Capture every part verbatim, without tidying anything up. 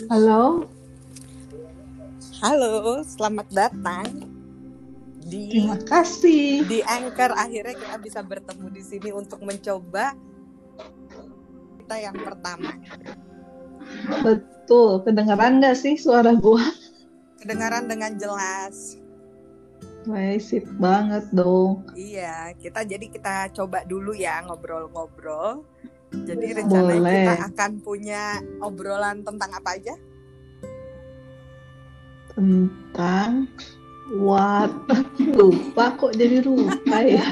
Halo, Halo, selamat datang di terima kasih. di Anchor. Akhirnya kita bisa bertemu di sini untuk mencoba kita yang pertama. Betul, kedengeran nggak sih suara gua? Kedengaran dengan jelas. Wah, sip banget dong. Iya, kita jadi kita coba dulu ya ngobrol-ngobrol. Jadi rencananya Boleh. kita akan punya obrolan tentang apa aja? Tentang what? Lupa kok jadi lupa ya.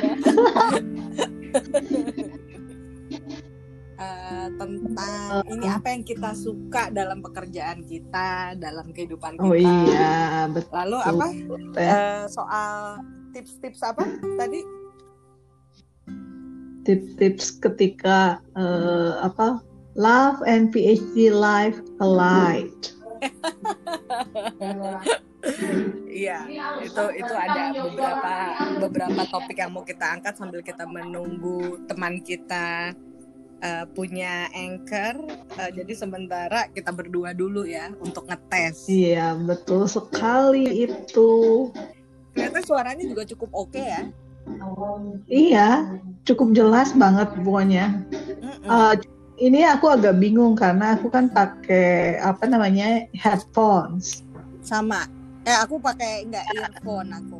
Uh, tentang Uh, ini apa yang kita suka dalam pekerjaan kita, dalam kehidupan kita. Oh iya, betul. Lalu apa? Eh, Uh, soal tips-tips apa tadi? Tips-tips ketika uh, apa? Love and PhD life collide. Iya, itu itu ada beberapa beberapa topik yang mau kita angkat sambil kita menunggu teman kita uh, punya anchor. Uh, jadi sementara kita berdua dulu ya untuk ngetes. Iya, betul sekali itu. Ternyata suaranya juga cukup oke okay ya. Iya, cukup jelas banget pokoknya. Uh, ini aku agak bingung karena aku kan pakai apa namanya headphones. Sama. Eh aku pakai nggak earphone aku.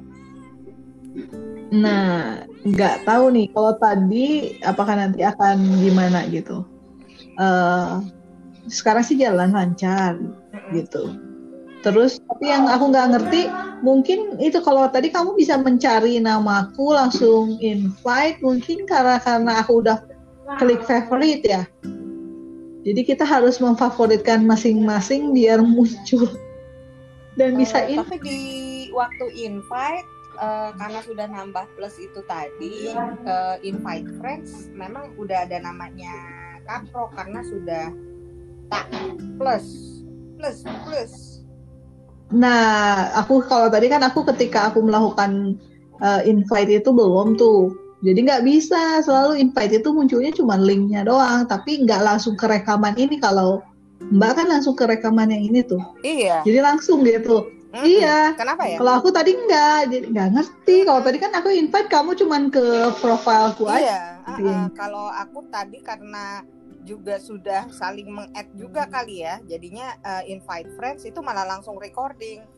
Nah, nggak tahu nih kalau tadi apakah nanti akan gimana gitu. Uh, sekarang sih jalan lancar gitu. Terus tapi yang aku nggak ngerti mungkin itu kalau tadi kamu bisa mencari namaku langsung invite mungkin karena karena aku udah klik favorite ya. Jadi kita harus memfavoritkan masing-masing biar muncul dan uh, bisa invite. Tapi di waktu invite uh, karena sudah nambah plus itu tadi uh, invite friends memang udah ada namanya Kapro karena sudah tak plus plus plus. Nah, aku kalau tadi kan aku ketika aku melakukan uh, invite itu belum tuh. Jadi nggak bisa, selalu invite itu munculnya cuma linknya doang, tapi nggak langsung ke rekaman ini. Kalau Mbak kan langsung ke rekaman yang ini tuh. Iya. Jadi langsung gitu. Mm-mm. Iya. Kenapa ya? Kalau aku tadi nggak, jadi nggak ngerti. Kalau tadi kan aku invite kamu cuma ke profilku aja. Iya. Uh-uh. Kalau aku tadi karena juga sudah saling meng-add juga kali ya, jadinya uh, invite friends itu malah langsung recording.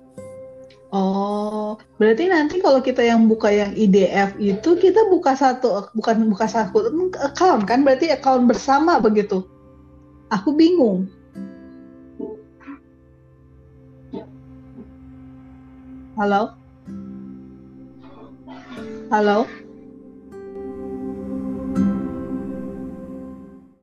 Oh, berarti nanti kalau kita yang buka yang I D F itu kita buka satu, bukan buka satu account kan? Berarti account bersama begitu? Aku bingung. Halo? Halo?